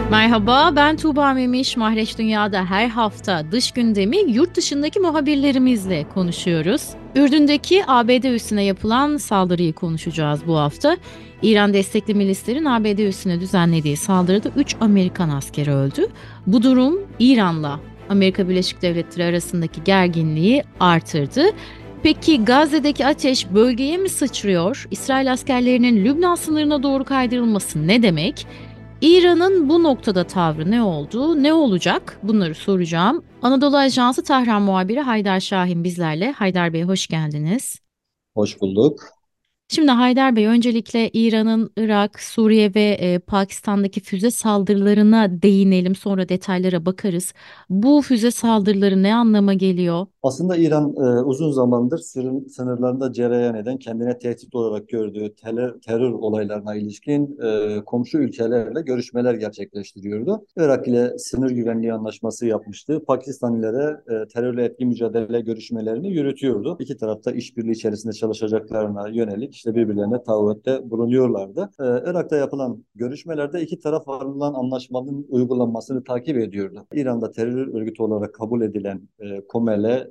Merhaba, ben Tuğba Memiş. Mahreç Dünya'da her hafta dış gündemi yurt dışındaki muhabirlerimizle konuşuyoruz. Ürdün'deki ABD üssüne yapılan saldırıyı konuşacağız bu hafta. İran destekli milislerin ABD üssüne düzenlediği saldırıda 3 Amerikan askeri öldü. Bu durum İran'la Amerika Birleşik Devletleri arasındaki gerginliği artırdı. Peki Gazze'deki ateş bölgeye mi sıçrıyor? İsrail askerlerinin Lübnan sınırına doğru kaydırılması ne demek? İran'ın bu noktada tavrı ne oldu, ne olacak? Bunları soracağım. Anadolu Ajansı Tahran muhabiri Haydar Şahin bizlerle. Haydar Bey hoş geldiniz. Hoş bulduk. Şimdi Haydar Bey öncelikle İran'ın Irak, Suriye ve Pakistan'daki füze saldırılarına değinelim. Sonra detaylara bakarız. Bu füze saldırıları ne anlama geliyor? Aslında İran uzun zamandır sınırlarında cereyan eden, kendine tehdit olarak gördüğü terör olaylarına ilişkin komşu ülkelerle görüşmeler gerçekleştiriyordu. Irak ile sınır güvenliği anlaşması yapmıştı. Pakistan ile de terörle etki mücadele görüşmelerini yürütüyordu. İki tarafta işbirliği içerisinde çalışacaklarına yönelik işte birbirlerine taahhütte bulunuyorlardı. Irak'ta yapılan görüşmelerde iki taraf varılan anlaşmanın uygulanmasını takip ediyordu. İran'da terör örgütü olarak kabul edilen Komele,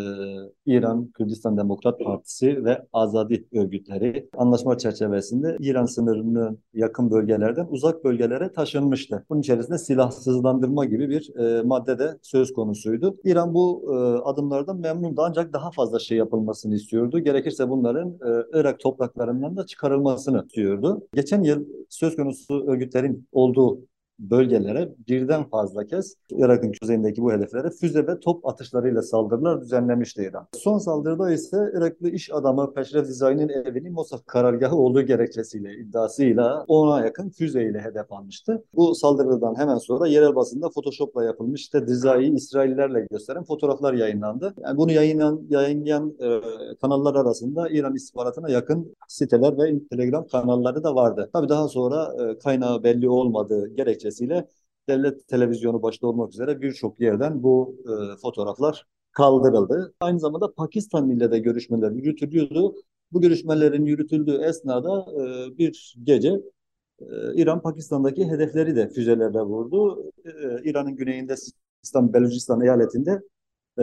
İran Kürdistan Demokrat Partisi ve Azadi örgütleri anlaşma çerçevesinde İran sınırının yakın bölgelerden uzak bölgelere taşınmıştı. Bunun içerisinde silahsızlandırma gibi bir madde de söz konusuydu. İran bu adımlardan memnundu ancak daha fazla şey yapılmasını istiyordu. Gerekirse bunların Irak topraklarından da çıkarılmasını istiyordu. Geçen yıl söz konusu örgütlerin olduğu bölgelere birden fazla kez Irak'ın kuzeyindeki bu hedeflere füze ve top atışlarıyla saldırılar düzenlemişti İran. Son saldırıda ise Iraklı iş adamı Peşref Dizai'nin evinin Mossad karargahı olduğu gerekçesiyle, iddiasıyla ona yakın füzeyle hedef almıştı. Bu saldırıdan hemen sonra yerel basında Photoshop'la yapılmış işte Dizai'yi İsraillilerle gösteren fotoğraflar yayınlandı. Yani bunu yayınlayan kanallar arasında İran istihbaratına yakın siteler ve Telegram kanalları da vardı. Tabii daha sonra kaynağı belli olmadığı gerekçesiyle devlet televizyonu başta olmak üzere birçok yerden bu fotoğraflar kaldırıldı. Aynı zamanda Pakistan ile de görüşmeler yürütülüyordu. Bu görüşmelerin yürütüldüğü esnada bir gece İran Pakistan'daki hedefleri de füzelerle vurdu. İran'ın güneyinde Sistan Belucistan eyaletinde e,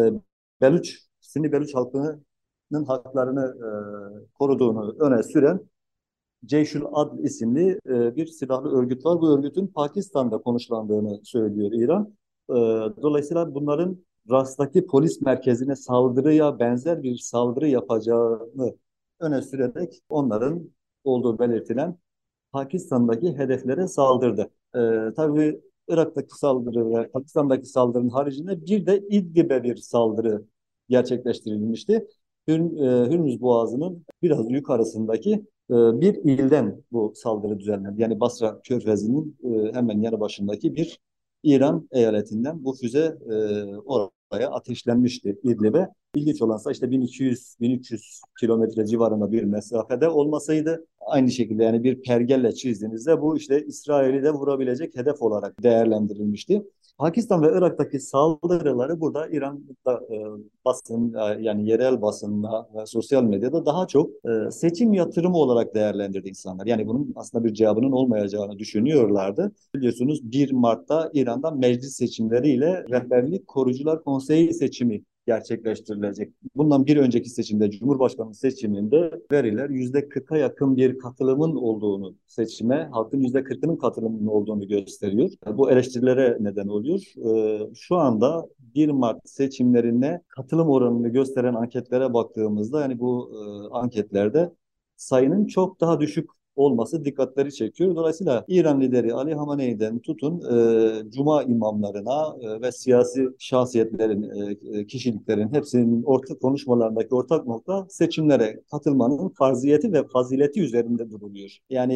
Sünni Beluç halkının haklarını koruduğunu öne süren Ceyşül Adl isimli bir silahlı örgüt var. Bu örgütün Pakistan'da konuşlandığını söylüyor İran. E, Dolayısıyla bunların Ras'taki polis merkezine saldırıya benzer bir saldırı yapacağını öne sürerek onların olduğu belirtilen Pakistan'daki hedeflere saldırdı. Tabii Irak'taki saldırı ve Pakistan'daki saldırının haricinde bir de İdlib'e bir saldırı gerçekleştirilmişti. Hürmüz Boğazı'nın biraz yukarısındaki bir ilden bu saldırı düzenlendi. Yani Basra Körfezi'nin hemen yanı başındaki bir İran eyaletinden bu füze oraya ateşlenmişti İdlib'e. İlginç olansa işte 1200-1300 kilometre civarında bir mesafede olmasaydı aynı şekilde yani bir pergelle çizdiğinizde bu işte İsrail'i de vurabilecek hedef olarak değerlendirilmişti. Pakistan ve Irak'taki saldırıları burada İran'da basın yani yerel basında ve sosyal medyada daha çok seçim yatırımı olarak değerlendirdi insanlar. Yani bunun aslında bir cevabının olmayacağını düşünüyorlardı. Biliyorsunuz 1 Mart'ta İran'da meclis seçimleriyle Rehberlik Korucular Konseyi seçimi gerçekleştirilecek. Bundan bir önceki seçimde, Cumhurbaşkanlığı seçiminde veriler %40'a yakın bir katılımın olduğunu, seçime halkın %40'ının katılımının olduğunu gösteriyor. Bu eleştirilere neden oluyor. Şu anda 1 Mart seçimlerine katılım oranını gösteren anketlere baktığımızda yani bu anketlerde sayının çok daha düşük olması dikkatleri çekiyor. Dolayısıyla İran lideri Ali Hamaney'den tutun Cuma imamlarına ve siyasi şahsiyetlerin, kişiliklerin hepsinin ortak konuşmalarındaki ortak nokta seçimlere katılmanın farziyeti ve fazileti üzerinde duruluyor. Yani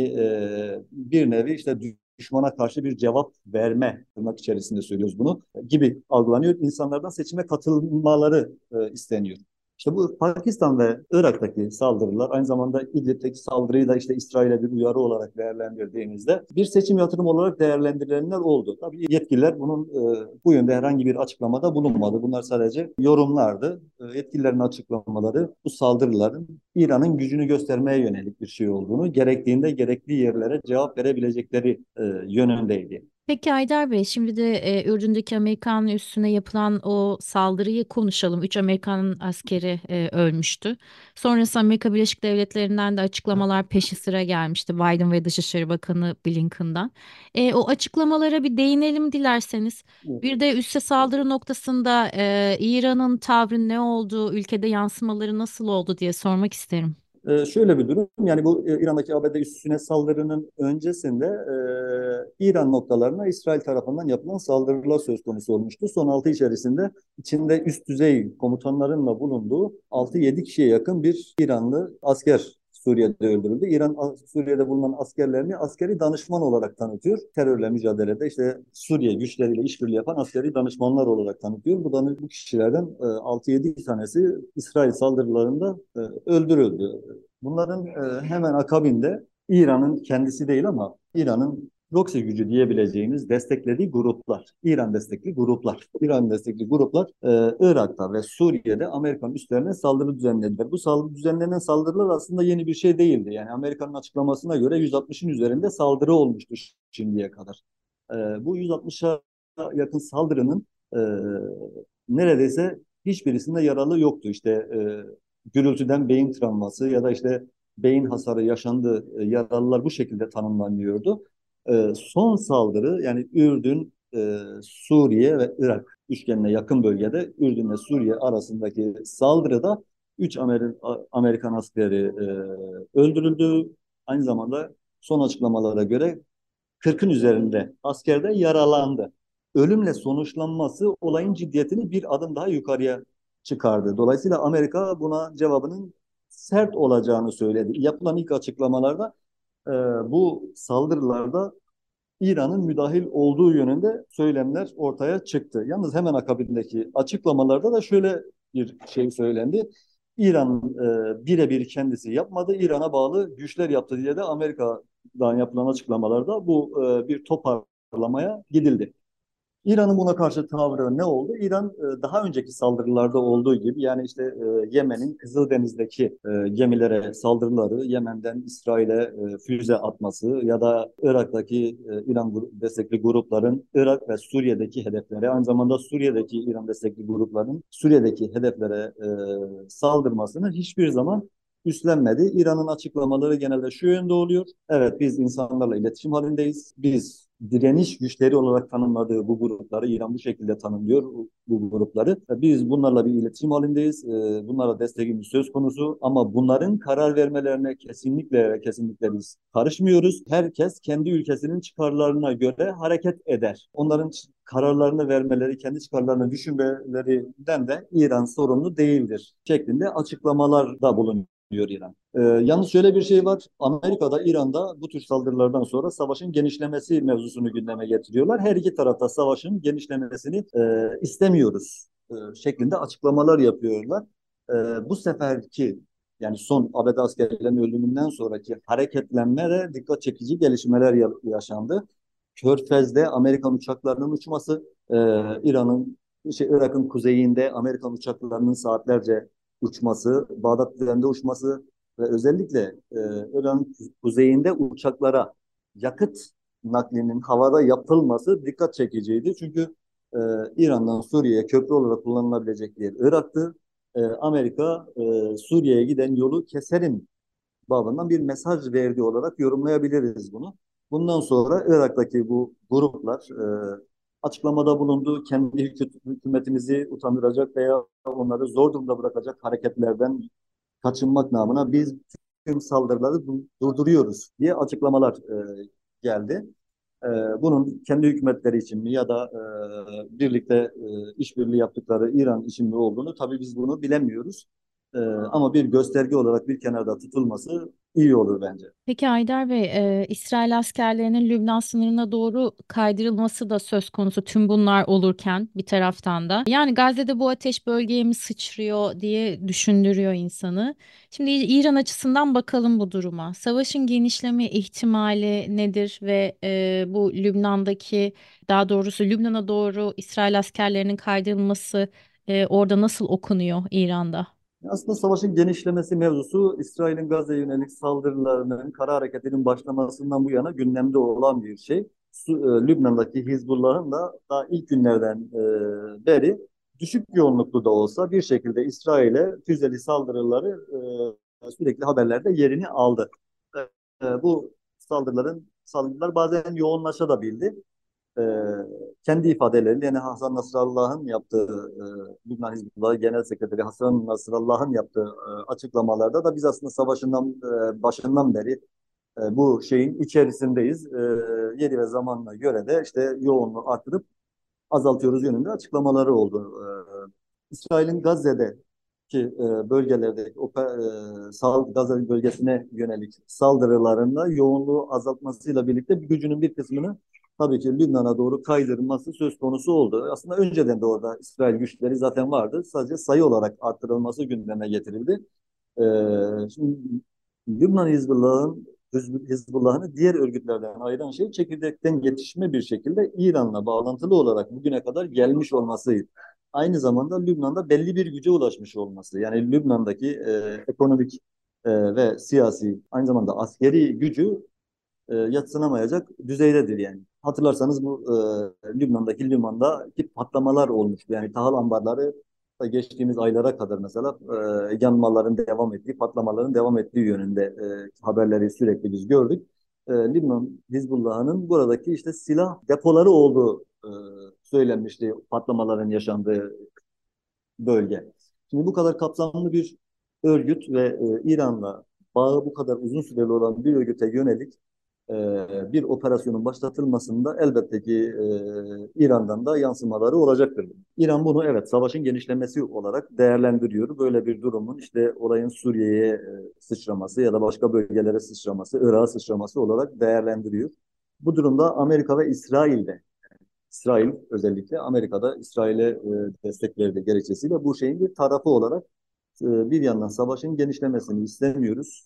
bir nevi işte düşmana karşı bir cevap verme tırnak içerisinde söylüyoruz bunu gibi algılanıyor. İnsanlardan seçime katılmaları isteniyor. İşte bu Pakistan ve Irak'taki saldırılar aynı zamanda İdlib'deki saldırıyı da işte İsrail'e bir uyarı olarak değerlendirdiğimizde bir seçim yatırımı olarak değerlendirilenler oldu. Tabii yetkililer bunun bu yönde herhangi bir açıklamada bulunmadı. Bunlar sadece yorumlardı. Yetkililerin açıklamaları bu saldırıların İran'ın gücünü göstermeye yönelik bir şey olduğunu, gerektiğinde gerekli yerlere cevap verebilecekleri yönündeydi. Peki Haydar Bey, şimdi de Ürdün'deki Amerikan üssüne yapılan o saldırıyı konuşalım. 3 Amerikan askeri ölmüştü. Sonrası Amerika Birleşik Devletleri'nden de açıklamalar peşi sıra gelmişti. Biden ve Dışişleri Bakanı Blinken'dan. O açıklamalara bir değinelim dilerseniz. Bir de üsse saldırı noktasında İran'ın tavrı ne oldu, ülkede yansımaları nasıl oldu diye sormak isterim. Şöyle bir durum, yani bu İran'daki ABD üssüne saldırının öncesinde İran noktalarına İsrail tarafından yapılan saldırılar söz konusu olmuştu. Son 6 içerisinde içinde üst düzey komutanların da bulunduğu 6-7 kişiye yakın bir İranlı asker Suriye'de öldürüldü. İran Suriye'de bulunan askerlerini askeri danışman olarak tanıtıyor. Terörle mücadelede işte Suriye güçleriyle işbirliği yapan askeri danışmanlar olarak tanıtıyor. Bu kişilerden 6-7 tanesi İsrail saldırılarında öldürüldü. Bunların hemen akabinde İran'ın kendisi değil ama İran'ın proxy gücü diyebileceğimiz desteklediği gruplar, İran destekli gruplar Irak'ta ve Suriye'de Amerikan üslerine saldırı düzenlediler. Bu düzenlenen saldırılar aslında yeni bir şey değildi. Yani Amerika'nın açıklamasına göre 160'ın üzerinde saldırı olmuştu şimdiye kadar. Bu 160'a yakın saldırının e, neredeyse hiçbirisinde yaralı yoktu. İşte gürültüden beyin travması ya da işte beyin hasarı yaşandı, yaralılar bu şekilde tanımlanıyordu. Son saldırı, yani Ürdün, Suriye ve Irak üçgenine yakın bölgede Ürdün ve Suriye arasındaki saldırıda 3 Amerikan askeri öldürüldü. Aynı zamanda son açıklamalara göre 40'ın üzerinde asker de yaralandı. Ölümle sonuçlanması olayın ciddiyetini bir adım daha yukarıya çıkardı. Dolayısıyla Amerika buna cevabının sert olacağını söyledi. Yapılan ilk açıklamalarda e, bu saldırılarda İran'ın müdahil olduğu yönünde söylemler ortaya çıktı. Yalnız hemen akabindeki açıklamalarda da şöyle bir şey söylendi. İran birebir kendisi yapmadı, İran'a bağlı güçler yaptı diye de Amerika'dan yapılan açıklamalarda bu bir toparlamaya gidildi. İran'ın buna karşı tavrı ne oldu? İran daha önceki saldırılarda olduğu gibi, yani işte Yemen'in Kızıldeniz'deki gemilere saldırıları, Yemen'den İsrail'e füze atması ya da Irak'taki İran destekli grupların Irak ve Suriye'deki hedeflere, aynı zamanda Suriye'deki İran destekli grupların Suriye'deki hedeflere saldırmasını hiçbir zaman üstlenmedi. İran'ın açıklamaları genelde şu yönde oluyor: evet, biz insanlarla iletişim halindeyiz. Biz direniş güçleri olarak tanımladığı bu grupları, İran bu şekilde tanımlıyor bu grupları. Biz bunlarla bir iletişim halindeyiz. Bunlara destekimiz söz konusu ama bunların karar vermelerine kesinlikle ve kesinlikle biz karışmıyoruz. Herkes kendi ülkesinin çıkarlarına göre hareket eder. Onların kararlarını vermeleri, kendi çıkarlarını düşünmelerinden de İran sorumlu değildir şeklinde açıklamalarda bulunuyor İran. Yalnız şöyle bir şey var. Amerika'da, İran'da bu tür saldırılardan sonra savaşın genişlemesi mevzusunu gündeme getiriyorlar. Her iki tarafta savaşın genişlemesini istemiyoruz şeklinde açıklamalar yapıyorlar. Bu seferki, yani son ABD askerlerinin ölümünden sonraki hareketlenme de dikkat çekici gelişmeler yaşandı. Körfez'de Amerikan uçaklarının uçması, Irak'ın kuzeyinde Amerikan uçaklarının saatlerce uçması, Bağdat üzerinde uçması ve özellikle İran'ın kuzeyinde uçaklara yakıt naklinin havada yapılması dikkat çekiciydi. Çünkü e, İran'dan Suriye'ye köprü olarak kullanılabilecek yer Irak'tı. Amerika Suriye'ye giden yolu keserim babından bir mesaj verdiği olarak yorumlayabiliriz bunu. Bundan sonra Irak'taki bu gruplar açıklamada bulunduğu, kendi hükümetimizi utandıracak veya onları zor durumda bırakacak hareketlerden kaçınmak namına biz tüm saldırıları durduruyoruz diye açıklamalar geldi. E, Bunun kendi hükümetleri için mi ya da birlikte işbirliği yaptıkları İran için mi olduğunu tabii biz bunu bilemiyoruz. Ama bir gösterge olarak bir kenarda tutulması iyi olur bence. Peki Haydar Bey, İsrail askerlerinin Lübnan sınırına doğru kaydırılması da söz konusu tüm bunlar olurken bir taraftan da. Yani Gazze'de bu ateş bölgeye mi sıçrıyor diye düşündürüyor insanı. Şimdi İran açısından bakalım bu duruma. Savaşın genişleme ihtimali nedir ve bu Lübnan'daki, daha doğrusu Lübnan'a doğru İsrail askerlerinin kaydırılması orada nasıl okunuyor İran'da? Aslında savaşın genişlemesi mevzusu İsrail'in Gazze'ye yönelik saldırılarının, kara hareketinin başlamasından bu yana gündemde olan bir şey. Lübnan'daki Hizbullah'ın da daha ilk günlerden beri düşük yoğunluklu da olsa bir şekilde İsrail'e füzeli saldırıları sürekli haberlerde yerini aldı. Bu saldırılar bazen yoğunlaşabildi. E, Kendi ifadeleriyle yani Hasan Nasrallah'ın yaptığı Lübnan Hizbullah Genel Sekreteri Hasan Nasrallah'ın yaptığı açıklamalarda da biz aslında savaşından başından beri bu şeyin içerisindeyiz. Yeri ve zamanına göre de işte yoğunluğu artırıp azaltıyoruz yönünde açıklamaları oldu. İsrail'in Gazze'deki bölgelerdeki Gazze bölgesine yönelik saldırılarında yoğunluğu azaltmasıyla birlikte bir gücünün bir kısmını tabii ki Lübnan'a doğru kaydırması söz konusu oldu. Aslında önceden de orada İsrail güçleri zaten vardı. Sadece sayı olarak arttırılması gündeme getirildi. Şimdi Lübnan Hizbullah'ını diğer örgütlerden ayıran şey çekirdekten yetişme bir şekilde İran'la bağlantılı olarak bugüne kadar gelmiş olmasıydı. Aynı zamanda Lübnan'da belli bir güce ulaşmış olması. Yani Lübnan'daki ekonomik ve siyasi aynı zamanda askeri gücü yadsınamayacak düzeydedir yani. Hatırlarsanız bu Lübnan'daki limandaki patlamalar olmuştu. Yani tahıl ambarları da geçtiğimiz aylara kadar mesela yanmaların devam ettiği, patlamaların devam ettiği yönünde haberleri sürekli biz gördük. Lübnan Hizbullah'ın buradaki işte silah depoları olduğu söylenmişti patlamaların yaşandığı bölge. Şimdi bu kadar kapsamlı bir örgüt ve İran'la bağı bu kadar uzun süreli olan bir örgüte yönelik bir operasyonun başlatılmasında elbette ki İran'dan da yansımaları olacaktır. İran bunu evet savaşın genişlemesi olarak değerlendiriyor. Böyle bir durumun işte olayın Suriye'ye sıçraması ya da başka bölgelere sıçraması, Irak'a sıçraması olarak değerlendiriyor. Bu durumda Amerika ve İsrail özellikle Amerika'da İsrail'e destek verdiği gerekçesiyle bu şeyin bir tarafı olarak bir yandan savaşın genişlemesini istemiyoruz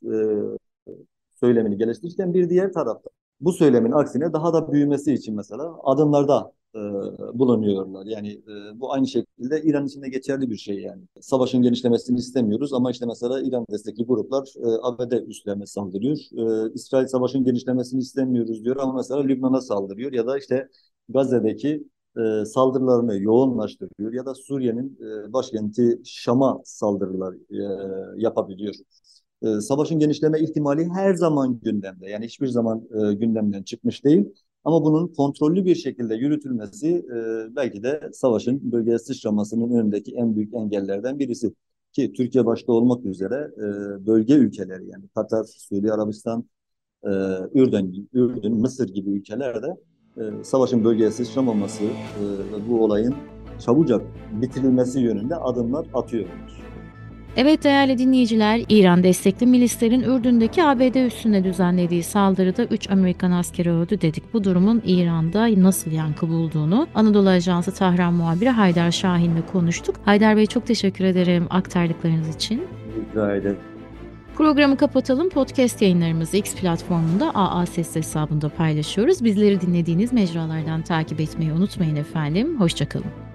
söylemini geliştirirken bir diğer tarafta bu söylemin aksine daha da büyümesi için mesela adımlarda bulunuyorlar. Yani bu aynı şekilde İran için de geçerli bir şey yani. Savaşın genişlemesini istemiyoruz ama işte mesela İran destekli gruplar ABD üslerine saldırıyor. İsrail savaşın genişlemesini istemiyoruz diyor ama mesela Lübnan'a saldırıyor ya da işte Gazze'deki saldırılarını yoğunlaştırıyor ya da Suriye'nin başkenti Şam'a saldırılar yapabiliyor. Savaşın genişleme ihtimali her zaman gündemde. Yani hiçbir zaman gündemden çıkmış değil. Ama bunun kontrollü bir şekilde yürütülmesi belki de savaşın bölgeye sıçramasının önündeki en büyük engellerden birisi. Ki Türkiye başta olmak üzere bölge ülkeleri yani Katar, Suudi Arabistan, Ürdün, Mısır gibi ülkelerde savaşın bölgeye sıçramaması ve bu olayın çabucak bitirilmesi yönünde adımlar atıyorlar. Evet değerli dinleyiciler, İran destekli milislerin Ürdün'deki ABD üssüne düzenlediği saldırıda 3 Amerikan askeri öldü dedik. Bu durumun İran'da nasıl yankı bulduğunu Anadolu Ajansı Tahran muhabiri Haydar Şahin'le konuştuk. Haydar Bey çok teşekkür ederim aktardıklarınız için. Rica ederim. Programı kapatalım. Podcast yayınlarımızı X platformunda AA Ses hesabında paylaşıyoruz. Bizleri dinlediğiniz mecralardan takip etmeyi unutmayın efendim. Hoşça kalın.